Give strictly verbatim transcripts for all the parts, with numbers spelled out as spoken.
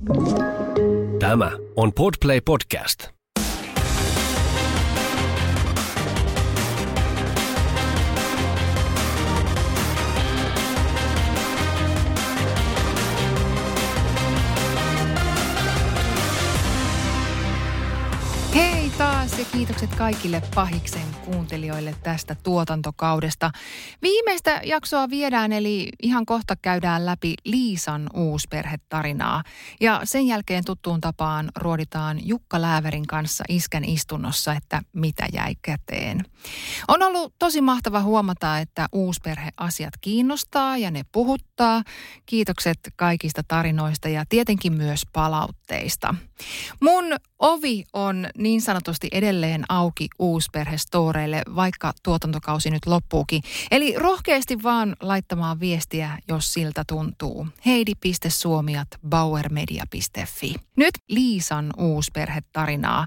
Tämä on Podplay Podcast. Hei taas ja kiitokset kaikille Pahiksen kuuntelijoille tästä tuotantokaudesta. Viimeistä jaksoa viedään, eli ihan kohta käydään läpi Liisan uusperhetarinaa. Ja sen jälkeen tuttuun tapaan ruoditaan Jukka Lääverin kanssa Iskän istunnossa, että mitä jäi käteen. On ollut tosi mahtava huomata, että uusperheasiat kiinnostaa ja ne puhuttaa. Kiitokset kaikista tarinoista ja tietenkin myös palautteista. Mun ovi on niin sanotusti edelleen auki uusperhestoreille, vaikka tuotantokausi nyt loppuukin. Eli rohkeasti vaan laittamaan viestiä, jos siltä tuntuu. heidi piste suomi ät bauermedia piste fi. Nyt Liisan uusperhetarinaa.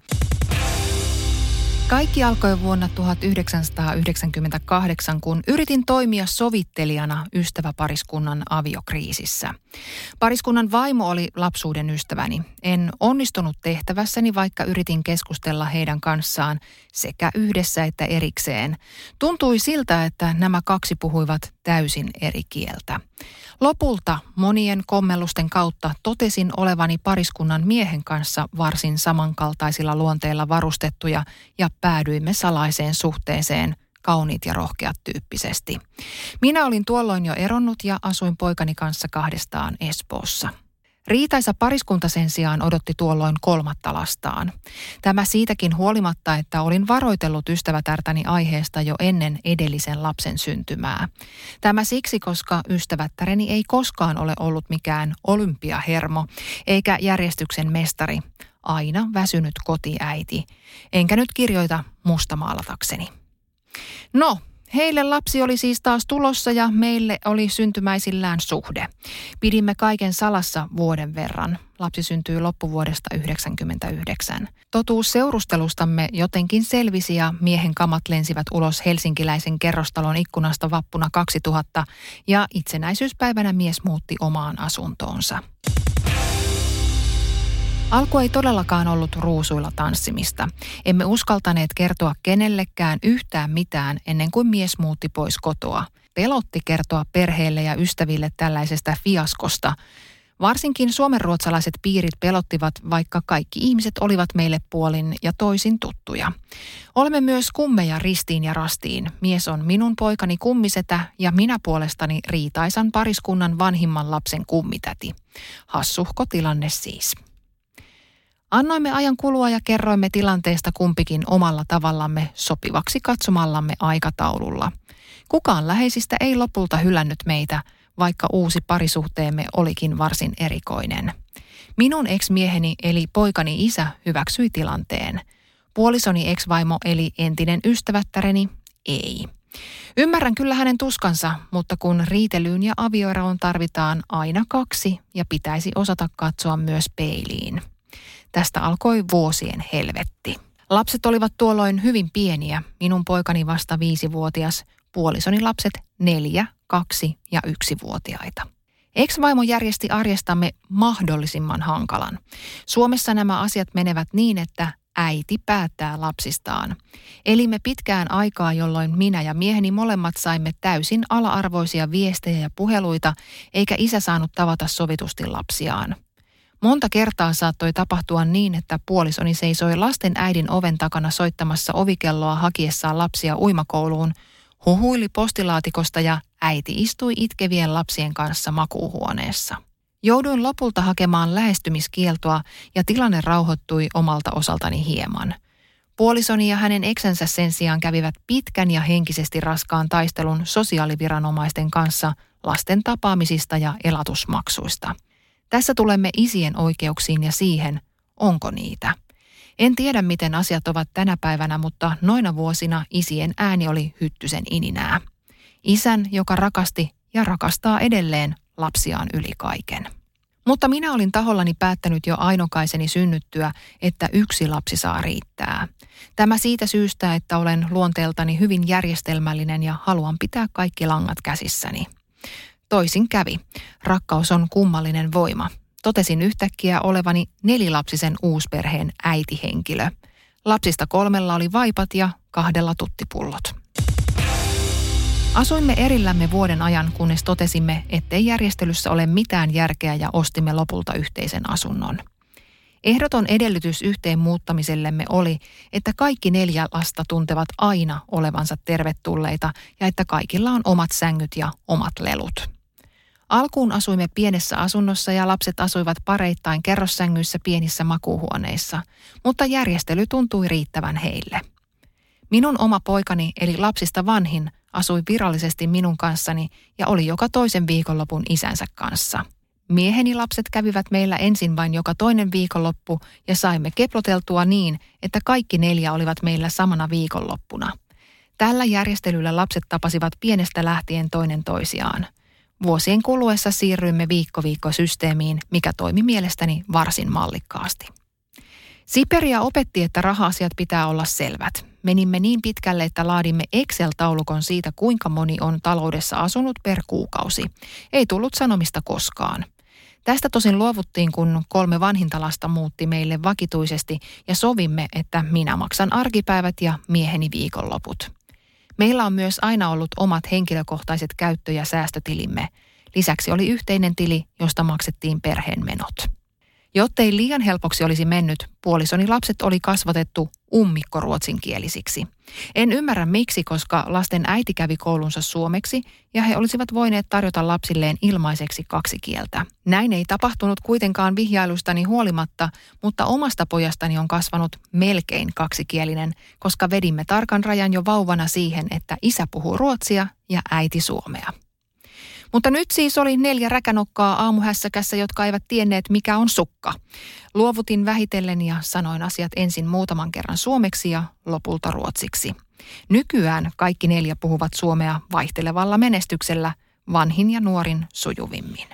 Kaikki alkoi vuonna tuhatyhdeksänsataayhdeksänkymmentäkahdeksan, kun yritin toimia sovittelijana ystäväpariskunnan aviokriisissä. Pariskunnan vaimo oli lapsuuden ystäväni. En onnistunut tehtävässäni, vaikka yritin keskustella heidän kanssaan sekä yhdessä että erikseen. Tuntui siltä, että nämä kaksi puhuivat täysin eri kieltä. Lopulta monien kommellusten kautta totesin olevani pariskunnan miehen kanssa varsin samankaltaisilla luonteilla varustettuja ja päädyimme salaiseen suhteeseen kauniit ja rohkeat tyyppisesti. Minä olin tuolloin jo eronnut ja asuin poikani kanssa kahdestaan Espoossa. Riitaisa pariskunta sen sijaan odotti tuolloin kolmatta lastaan. Tämä siitäkin huolimatta, että olin varoitellut ystävätärtäni aiheesta jo ennen edellisen lapsen syntymää. Tämä siksi, koska ystävättäreni ei koskaan ole ollut mikään olympiahermo eikä järjestyksen mestari, aina väsynyt kotiäiti. Enkä nyt kirjoita mustamaalatakseni. No, heille lapsi oli siis taas tulossa ja meille oli syntymäisillään suhde. Pidimme kaiken salassa vuoden verran. Lapsi syntyi loppuvuodesta yhdeksänkymmentäyhdeksän. Totuus seurustelustamme jotenkin selvisi ja miehen kamat lensivät ulos helsinkiläisen kerrostalon ikkunasta vappuna kaksituhatta ja itsenäisyyspäivänä mies muutti omaan asuntoonsa. Alku ei todellakaan ollut ruusuilla tanssimista. Emme uskaltaneet kertoa kenellekään yhtään mitään ennen kuin mies muutti pois kotoa. Pelotti kertoa perheelle ja ystäville tällaisesta fiaskosta. Varsinkin suomenruotsalaiset piirit pelottivat, vaikka kaikki ihmiset olivat meille puolin ja toisin tuttuja. Olemme myös kummeja ristiin ja rastiin. Mies on minun poikani kummisetä ja minä puolestani riitaisan pariskunnan vanhimman lapsen kummitäti. Hassuhko tilanne siis. Annoimme ajan kulua ja kerroimme tilanteesta kumpikin omalla tavallamme sopivaksi katsomallamme aikataululla. Kukaan läheisistä ei lopulta hylännyt meitä, vaikka uusi parisuhteemme olikin varsin erikoinen. Minun ex-mieheni eli poikani isä hyväksyi tilanteen. Puolisoni ex-vaimo eli entinen ystävättäreni ei. Ymmärrän kyllä hänen tuskansa, mutta kun riitelyyn ja avioeroon tarvitaan aina kaksi ja pitäisi osata katsoa myös peiliin. Tästä alkoi vuosien helvetti. Lapset olivat tuolloin hyvin pieniä, minun poikani vasta viisivuotias, puolisoni lapset neljä, kaksi ja yksivuotiaita. Ex-vaimo järjesti arjestamme mahdollisimman hankalan. Suomessa nämä asiat menevät niin, että äiti päättää lapsistaan. Elimme pitkään aikaa, jolloin minä ja mieheni molemmat saimme täysin ala-arvoisia viestejä ja puheluita, eikä isä saanut tavata sovitusti lapsiaan. Monta kertaa saattoi tapahtua niin, että puolisoni seisoi lasten äidin oven takana soittamassa ovikelloa hakiessaan lapsia uimakouluun, huhuili postilaatikosta ja äiti istui itkevien lapsien kanssa makuuhuoneessa. Jouduin lopulta hakemaan lähestymiskieltoa ja tilanne rauhoittui omalta osaltani hieman. Puolisoni ja hänen eksänsä sen sijaan kävivät pitkän ja henkisesti raskaan taistelun sosiaaliviranomaisten kanssa lasten tapaamisista ja elatusmaksuista. Tässä tulemme isien oikeuksiin ja siihen, onko niitä. En tiedä, miten asiat ovat tänä päivänä, mutta noina vuosina isien ääni oli hyttysen ininää. Isän, joka rakasti ja rakastaa edelleen lapsiaan yli kaiken. Mutta minä olin tahollani päättänyt jo ainokaiseni synnyttyä, että yksi lapsi saa riittää. Tämä siitä syystä, että olen luonteeltani hyvin järjestelmällinen ja haluan pitää kaikki langat käsissäni. Toisin kävi. Rakkaus on kummallinen voima. totesin yhtäkkiä olevani nelilapsisen uusperheen äitihenkilö. Lapsista kolmella oli vaipat ja kahdella tuttipullot. Asuimme erillämme vuoden ajan, kunnes totesimme, ettei järjestelyssä ole mitään järkeä ja ostimme lopulta yhteisen asunnon. Ehdoton edellytys yhteen muuttamisellemme oli, että kaikki neljä lasta tuntevat aina olevansa tervetulleita ja että kaikilla on omat sängyt ja omat lelut. Alkuun asuimme pienessä asunnossa ja lapset asuivat pareittain kerrossängyissä pienissä makuuhuoneissa, mutta järjestely tuntui riittävän heille. Minun oma poikani, eli lapsista vanhin, asui virallisesti minun kanssani ja oli joka toisen viikonlopun isänsä kanssa. Mieheni lapset kävivät meillä ensin vain joka toinen viikonloppu ja saimme keploteltua niin, että kaikki neljä olivat meillä samana viikonloppuna. Tällä järjestelyllä lapset tapasivat pienestä lähtien toinen toisiaan. Vuosien kuluessa siirryimme viikko-viikko-systeemiin, mikä toimi mielestäni varsin mallikkaasti. Siperia opetti, että raha-asiat pitää olla selvät. Menimme niin pitkälle, että laadimme Excel-taulukon siitä, kuinka moni on taloudessa asunut per kuukausi. Ei tullut sanomista koskaan. Tästä tosin luovuttiin, kun kolme vanhinta lasta muutti meille vakituisesti ja sovimme, että minä maksan arkipäivät ja mieheni viikonloput. Meillä on myös aina ollut omat henkilökohtaiset käyttö- ja säästötilimme. Lisäksi oli yhteinen tili, josta maksettiin perheen menot. Jottei liian helpoksi olisi mennyt, puolisoni lapset oli kasvatettu ummikko-ruotsinkielisiksi. En ymmärrä miksi, koska lasten äiti kävi koulunsa suomeksi ja he olisivat voineet tarjota lapsilleen ilmaiseksi kaksi kieltä. Näin ei tapahtunut kuitenkaan vihjailustani huolimatta, mutta omasta pojastani on kasvanut melkein kaksikielinen, koska vedimme tarkan rajan jo vauvana siihen, että isä puhuu ruotsia ja äiti suomea. Mutta nyt siis oli neljä räkänokkaa aamuhässäkässä, jotka eivät tienneet, mikä on sukka. Luovutin vähitellen ja sanoin asiat ensin muutaman kerran suomeksi ja lopulta ruotsiksi. Nykyään kaikki neljä puhuvat suomea vaihtelevalla menestyksellä, vanhin ja nuorin sujuvimmin.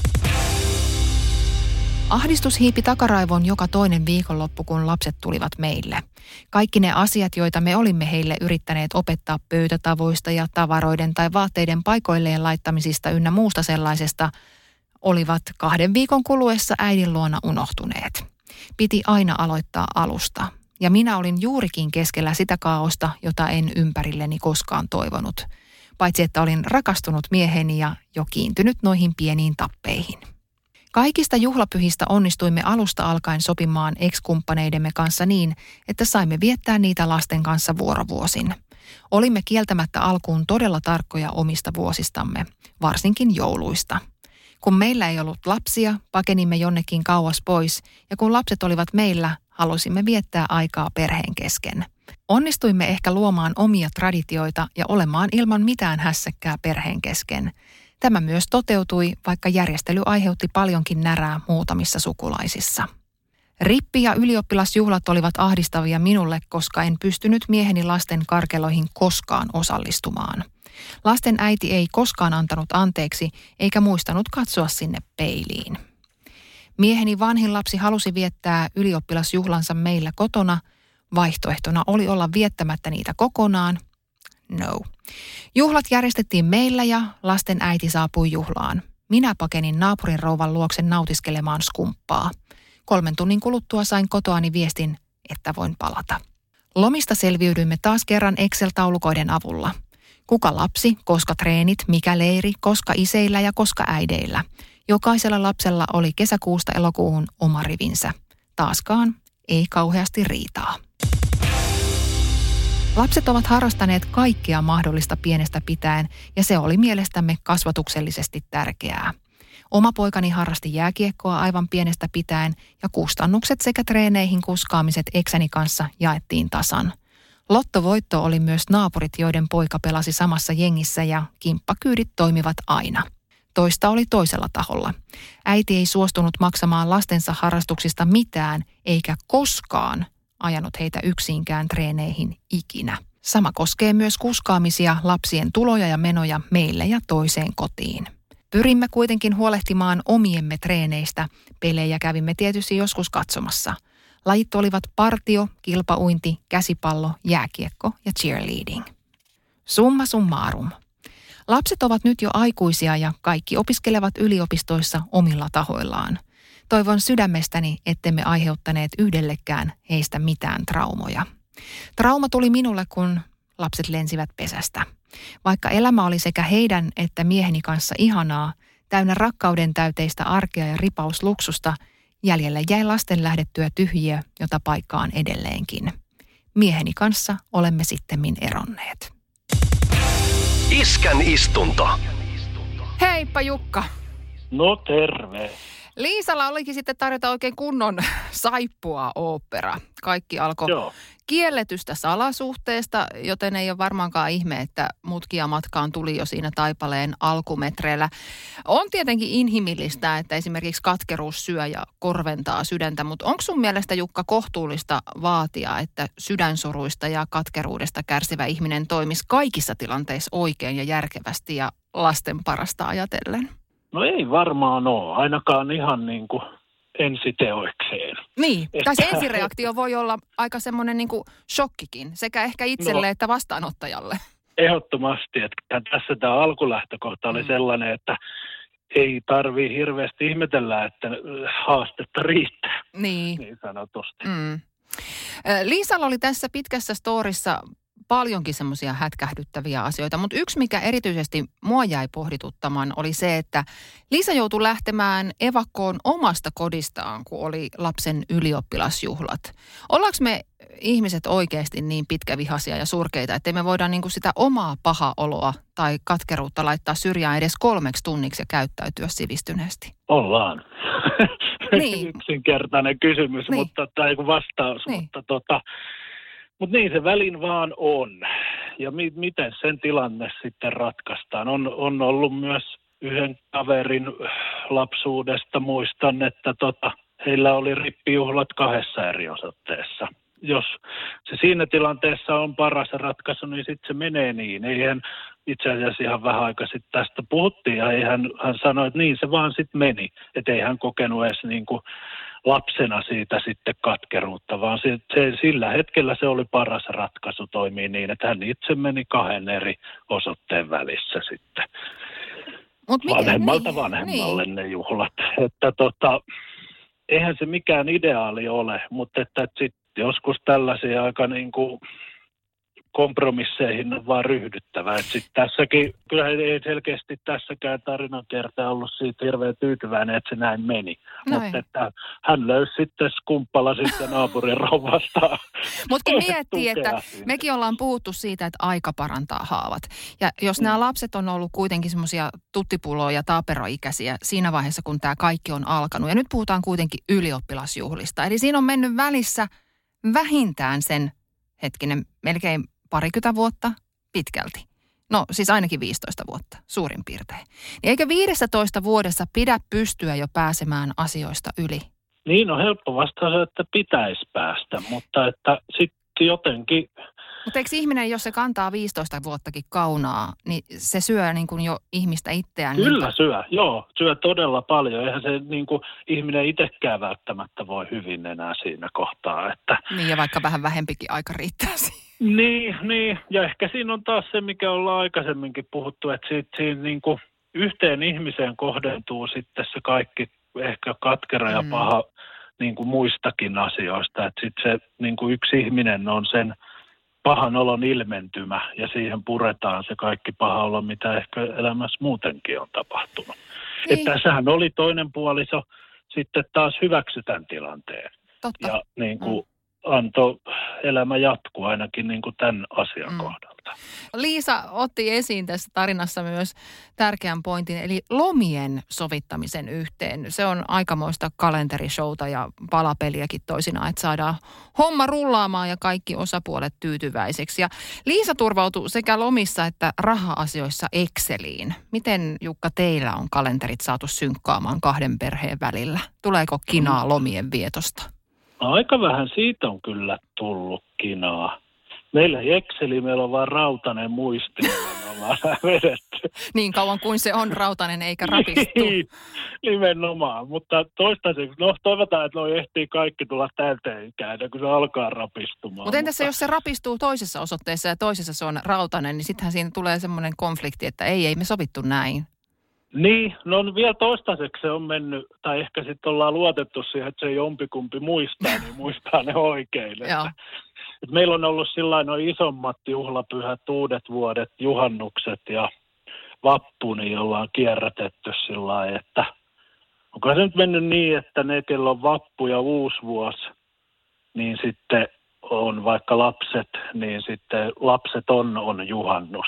Ahdistus hiipi takaraivoon joka toinen viikonloppu, kun lapset tulivat meille. Kaikki ne asiat, joita me olimme heille yrittäneet opettaa pöytätavoista ja tavaroiden tai vaatteiden paikoilleen laittamisista ynnä muusta sellaisesta, olivat kahden viikon kuluessa äidin luona unohtuneet. Piti aina aloittaa alusta. Ja minä olin juurikin keskellä sitä kaaosta, jota en ympärilleni koskaan toivonut. Paitsi että olin rakastunut mieheni ja jo kiintynyt noihin pieniin tappeihin. Kaikista juhlapyhistä onnistuimme alusta alkaen sopimaan ex-kumppaneidemme kanssa niin, että saimme viettää niitä lasten kanssa vuorovuosin. Olimme kieltämättä alkuun todella tarkkoja omista vuosistamme, varsinkin jouluista. Kun meillä ei ollut lapsia, pakenimme jonnekin kauas pois, ja kun lapset olivat meillä, halusimme viettää aikaa perheen kesken. Onnistuimme ehkä luomaan omia traditioita ja olemaan ilman mitään hässäkkää perheen kesken. Tämä myös toteutui, vaikka järjestely aiheutti paljonkin närää muutamissa sukulaisissa. Rippi- ja ylioppilasjuhlat olivat ahdistavia minulle, koska en pystynyt mieheni lasten karkeloihin koskaan osallistumaan. Lasten äiti ei koskaan antanut anteeksi, eikä muistanut katsoa sinne peiliin. Mieheni vanhin lapsi halusi viettää ylioppilasjuhlansa meillä kotona. Vaihtoehtona oli olla viettämättä niitä kokonaan. No. Juhlat järjestettiin meillä ja lasten äiti saapui juhlaan. Minä pakenin naapurin rouvan luokse nautiskelemaan skumppaa. Kolmen tunnin kuluttua sain kotoani viestin, että voin palata. Lomista selviydyimme taas kerran Excel-taulukoiden avulla. Kuka lapsi, koska treenit, mikä leiri, koska iseillä ja koska äideillä. Jokaisella lapsella oli kesäkuusta elokuuhun oma rivinsä. Taaskaan ei kauheasti riitaa. Lapset ovat harrastaneet kaikkea mahdollista pienestä pitäen ja se oli mielestämme kasvatuksellisesti tärkeää. Oma poikani harrasti jääkiekkoa aivan pienestä pitäen ja kustannukset sekä treeneihin kuskaamiset eksäni kanssa jaettiin tasan. Lottovoitto oli myös naapurit, joiden poika pelasi samassa jengissä ja kimppakyydit toimivat aina. Toista oli toisella taholla. Äiti ei suostunut maksamaan lastensa harrastuksista mitään eikä koskaan ajanut heitä yksiinkään treeneihin ikinä. Sama koskee myös kuskaamisia, lapsien tuloja ja menoja meille ja toiseen kotiin. Pyrimme kuitenkin huolehtimaan omiemme treeneistä. Pelejä kävimme tietysti joskus katsomassa. Lajit olivat partio, kilpauinti, käsipallo, jääkiekko ja cheerleading. Summa summarum. Lapset ovat nyt jo aikuisia ja kaikki opiskelevat yliopistoissa omilla tahoillaan. Toivon sydämestäni, ettemme aiheuttaneet yhdellekään heistä mitään traumoja. Trauma tuli minulle, kun lapset lensivät pesästä. Vaikka elämä oli sekä heidän että mieheni kanssa ihanaa, täynnä rakkauden täyteistä arkea ja ripausluksusta, jäljelle jäi lasten lähdettyä tyhjiö, jota paikkaan edelleenkin. Mieheni kanssa olemme sittemmin eronneet. Iskän istunto. Heippa Jukka. No terve. Liisalla olikin sitten tarjota oikein kunnon saippua ooppera. Kaikki alkoi Joo. kielletystä salasuhteesta, joten ei ole varmaankaan ihme, että mutkia matkaan tuli jo siinä taipaleen alkumetreillä. On tietenkin inhimillistä, että esimerkiksi katkeruus syö ja korventaa sydäntä, mutta onko sun mielestä, Jukka, kohtuullista vaatia, että sydänsuruista ja katkeruudesta kärsivä ihminen toimisi kaikissa tilanteissa oikein ja järkevästi ja lasten parasta ajatellen? No ei varmaan ole, ainakaan ihan niin kuin ensiteoikseen. Niin, tai se ensireaktio voi olla aika semmoinen niin kuin shokkikin, sekä ehkä itselle No. että vastaanottajalle. Ehdottomasti, että tässä tämä alkulähtökohta oli Mm. sellainen, että ei tarvii hirveästi ihmetellä, että haastetta riittää, Niin. niin sanotusti. Mm. Ö, Liisalla oli tässä pitkässä storissa paljonkin semmoisia hätkähdyttäviä asioita, mutta yksi, mikä erityisesti mua jäi pohdituttamaan, oli se, että Liisa joutui lähtemään evakkoon omasta kodistaan, kun oli lapsen ylioppilasjuhlat. Ollaanko me ihmiset oikeasti niin pitkävihaisia ja surkeita, että me voidaan niinku sitä omaa paha oloa tai katkeruutta laittaa syrjään edes kolmeksi tunniksi ja käyttäytyä sivistyneesti? Ollaan. Niin. Yksinkertainen kysymys, Niin. mutta, tai vastaus, Niin. mutta tota, mutta niin se välin vaan on. Ja mi- miten sen tilanne sitten ratkaistaan? On, on ollut myös yhden kaverin lapsuudesta, muistan, että tota, heillä oli rippijuhlat kahdessa eri osoitteessa. Jos se siinä tilanteessa on paras ratkaisu, niin sitten se menee niin. Eihän itse asiassa ihan vähän aikaa sitten tästä puhuttiin ja ei hän, hän sanoi, että niin se vaan sitten meni. Että ei hän kokenut edes niin kuin lapsena siitä sitten katkeruutta, vaan se, se, sillä hetkellä se oli paras ratkaisu toimii niin, että hän itse meni kahden eri osoitteen välissä sitten. Mut mikä- Vanhemmalta niin, vanhemmalle niin. ne juhlat. Että tota, eihän se mikään ideaali ole, mutta että sitten joskus tällaisia aika niin kuin kompromisseihin on vaan ryhdyttävä. Et sit tässäkin, kyllä ei selkeästi tässäkään tarinan kertaa ollut siitä hirveän tyytyväinen, että se näin meni. Noin. Mutta että hän löysi sitten skumppala sitten naapurin rouvasta. Mutta kun miettii, että tukea siinä. mekin ollaan puhuttu siitä, että aika parantaa haavat. Ja jos Mm. nämä lapset on ollut kuitenkin semmoisia tuttipuloja ja taaperoikäisiä siinä vaiheessa, kun tämä kaikki on alkanut. Ja nyt puhutaan kuitenkin ylioppilasjuhlista. Eli siinä on mennyt välissä vähintään sen, hetkinen, melkein parikymmentä vuotta pitkälti. No siis ainakin viisitoista vuotta, suurin piirtein. Niin eikö viidessätoista vuodessa pidä pystyä jo pääsemään asioista yli? Niin on helppo vastaus, että pitäisi päästä, mutta että sitten jotenkin, Mutta eikö ihminen, jos se kantaa viisitoista vuottakin kaunaa, niin se syö niin kuin jo ihmistä itseään? kyllä Niin syö, joo, syö todella paljon. Eihän se niin kuin ihminen itsekään välttämättä voi hyvin enää siinä kohtaa, että niin, ja vaikka vähän vähempikin aika riittää siihen. Niin, niin, ja ehkä siinä on taas se, mikä ollaan aikaisemminkin puhuttu, että siitä, siinä niin kuin yhteen ihmiseen kohdentuu sitten se kaikki ehkä katkera ja Mm. paha niin kuin muistakin asioista, että sitten se niin kuin yksi ihminen on sen pahan olon ilmentymä ja siihen puretaan se kaikki paha olo, mitä ehkä elämässä muutenkin on tapahtunut. Niin. Että tässähän oli toinen puoliso sitten taas hyväksy tämän tilanteen Totta. ja niin kuin antoi elämä jatkuu ainakin niin kuin tämän asian Mm. kohdalta. Liisa otti esiin tässä tarinassa myös tärkeän pointin, eli lomien sovittamisen yhteen. Se on aikamoista kalenterishouta ja palapeliäkin toisinaan, että saadaan homma rullaamaan ja kaikki osapuolet tyytyväiseksi. Ja Liisa turvautuu sekä lomissa että raha-asioissa Exceliin. Miten, Jukka, teillä on kalenterit saatu synkkaamaan kahden perheen välillä? Tuleeko kinaa lomien vietosta? Aika vähän siitä on kyllä tullut kinaa. Meillä ei Exceli, meillä on vaan rautainen muisti, me ollaan vedetty. Niin kauan kuin se on rautainen eikä rapistu. Niin, nimenomaan, mutta toistaiseksi, no toivotaan, että noi ehtii kaikki tulla täyteen ikään, kun se alkaa rapistumaan. Mutta entäs se, jos se rapistuu toisessa osoitteessa ja toisessa se on rautainen, niin sittenhän siinä tulee semmoinen konflikti, että ei, ei me sovittu näin. Niin, no vielä toistaiseksi se on mennyt, tai ehkä sitten ollaan luotettu siihen, että se jompikumpi muistaa, niin muistaa ne oikein. Että, että meillä on ollut sillain noin isommat juhlapyhät, uudet vuodet, juhannukset ja vappu, niin ollaan kierrätetty sillain, että onko se nyt mennyt niin, että ne, kello on vappu ja uusi vuosi, niin sitten on vaikka lapset, niin sitten lapset on, on juhannus.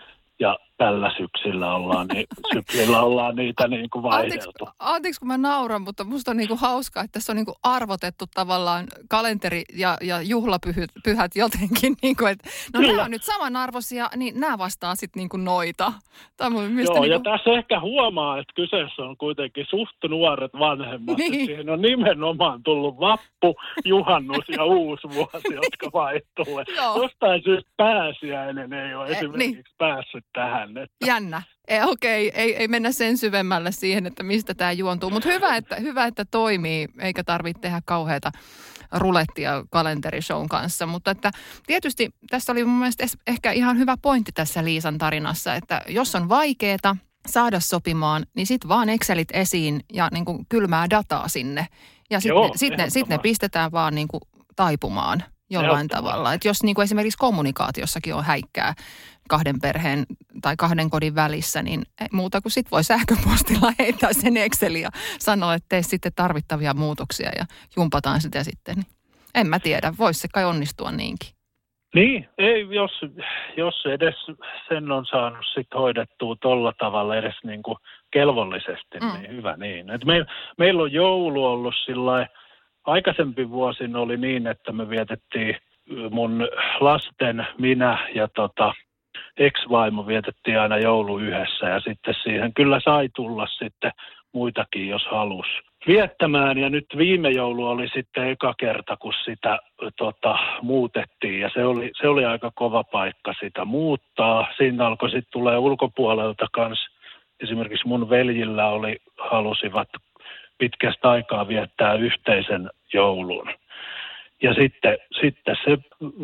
Ja tällä syksyllä ollaan, niin, syksyllä ollaan niitä niin kuin vaihdeltu. Anteeksi, anteeksi, kun mä nauran, mutta musta on niin kuin hauskaa, että tässä on niin kuin arvotettu tavallaan kalenteri ja, ja juhlapyhät jotenkin. Niin kuin, että, no Kyllä. nämä on nyt samanarvoisia, niin nämä vastaa sitten niin kuin noita. Tämä on Joo, niin kuin... ja kuin... tässä ehkä huomaa, että kyseessä on kuitenkin suht nuoret vanhemmat. Niin. Siihen on nimenomaan tullut vappu, juhannus ja uusi vuosi, jotka vaihtuu. Jostain syystä pääsiäinen ei ole esimerkiksi niin. päässyt tähän. Että. Jännä. E, okei, ei, ei mennä sen syvemmälle siihen, että mistä tämä juontuu. Mutta hyvä että, hyvä, että toimii, eikä tarvitse tehdä kauheata rulettia kalenterishown kanssa. Mutta että tietysti tässä oli mun mielestä ehkä ihan hyvä pointti tässä Liisan tarinassa, että jos on vaikeaa saada sopimaan, niin sitten vaan Excelit esiin ja niin kuin kylmää dataa sinne. Ja sitten sit ne, sit ne pistetään vaan niin kuin taipumaan jollain tavalla. Että jos niin kuin esimerkiksi kommunikaatiossakin on häikkää kahden perheen tai kahden kodin välissä, niin ei muuta kuin sit voi sähköpostilla heittää sen Excelin ja sanoa, että tee sitten tarvittavia muutoksia ja jumpataan sitä sitten. En mä tiedä, voisi se kai onnistua niinkin. Niin, ei, jos, jos edes sen on saanut sit hoidettua tolla tavalla edes niin kuin kelvollisesti, mm. niin hyvä niin. Et meil, meillä on joulu ollut sillai, aikaisempi vuosin oli niin, että me vietettiin mun lasten, minä ja tota, ex-vaimo vietettiin aina joulu yhdessä ja sitten siihen kyllä sai tulla sitten muitakin, jos halusi viettämään. Ja nyt viime joulu oli sitten eka kerta, kun sitä tota, muutettiin ja se oli, se oli aika kova paikka sitä muuttaa. Siinä alkoi sitten tulee ulkopuolelta kanssa. Esimerkiksi mun veljillä oli, halusivat pitkästä aikaa viettää yhteisen joulun. Ja sitten, sitten se,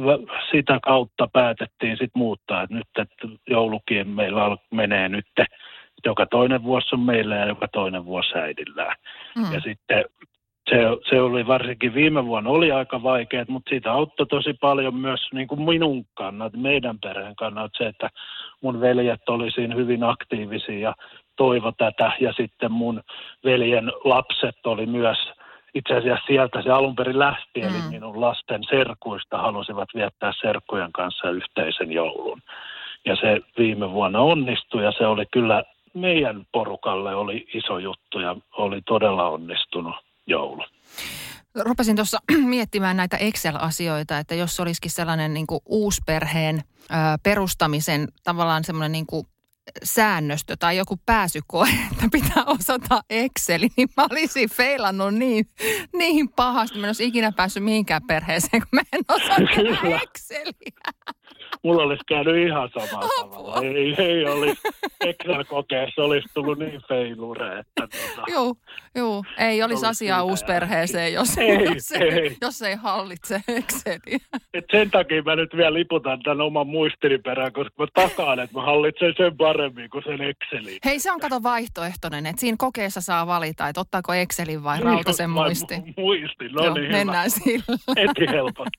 sitä kautta päätettiin sitten muuttaa, että nyt että joulukin meillä menee nyt, joka toinen vuosi on meillä ja joka toinen vuosi äidillään. Mm. Ja sitten se, se oli varsinkin viime vuonna oli aika vaikeaa, mutta siitä auttoi tosi paljon myös niin kuin minun kannalta, meidän perheen kannalta se, että mun veljet oli siinä hyvin aktiivisia ja toivo tätä. Ja sitten mun veljen lapset oli myös itse asiassa sieltä se alun perin lähti, mm. eli minun lasten serkuista halusivat viettää serkkujen kanssa yhteisen joulun. Ja se viime vuonna onnistui ja se oli kyllä meidän porukalle oli iso juttu ja oli todella onnistunut joulu. Rupesin tuossa miettimään näitä Excel-asioita, että jos olisikin sellainen niin kuin uusperheen ö, perustamisen tavallaan semmoinen niin kuin säännöstö tai joku pääsykoe, että pitää osata Exceli, niin mä olisin feilannut niin, niin pahasti. Mä en olisi ikinä päässyt mihinkään perheeseen, kun mä en osaa tehdä Exceliä. Mulla olisi käynyt ihan samalla tavalla. Ei, ei olisi. Excel-kokeessa olisi tullut niin feilure, että... Tuota, joo, joo, ei olisi asiaa uusperheeseen, jos ei, jos, ei, ei. jos ei hallitse Exceliä. Et sen takia mä nyt vielä liputan tämän oman muistini perään, koska mä takaan, että mä hallitsen sen paremmin kuin sen Excelin. Hei, se on kato vaihtoehtoinen, että siinä kokeessa saa valita, että ottaako Excelin vai rautaisen muistin. Muistin, no joo, niin mennään hyvä. Sillä. Heti helposti.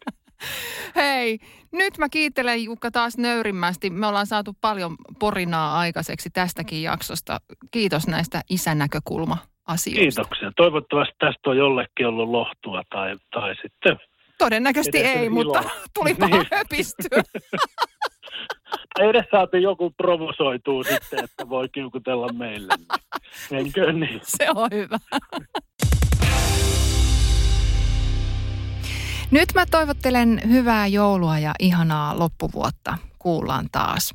Hei, nyt mä kiittelen Jukka taas nöyrimmästi. Me ollaan saatu paljon porinaa aikaiseksi tästäkin jaksosta. Kiitos näistä isänäkökulma-asioista. Kiitoksia. Toivottavasti tästä on jollekin ollut lohtua tai, tai sitten... Todennäköisesti ei, mutta tulipa niin. höpistyä. Edes saatiin joku provosoituu sitten, että voi kiukutella meille. Menkö niin? Se on hyvä. Nyt mä toivottelen hyvää joulua ja ihanaa loppuvuotta. Kuullaan taas.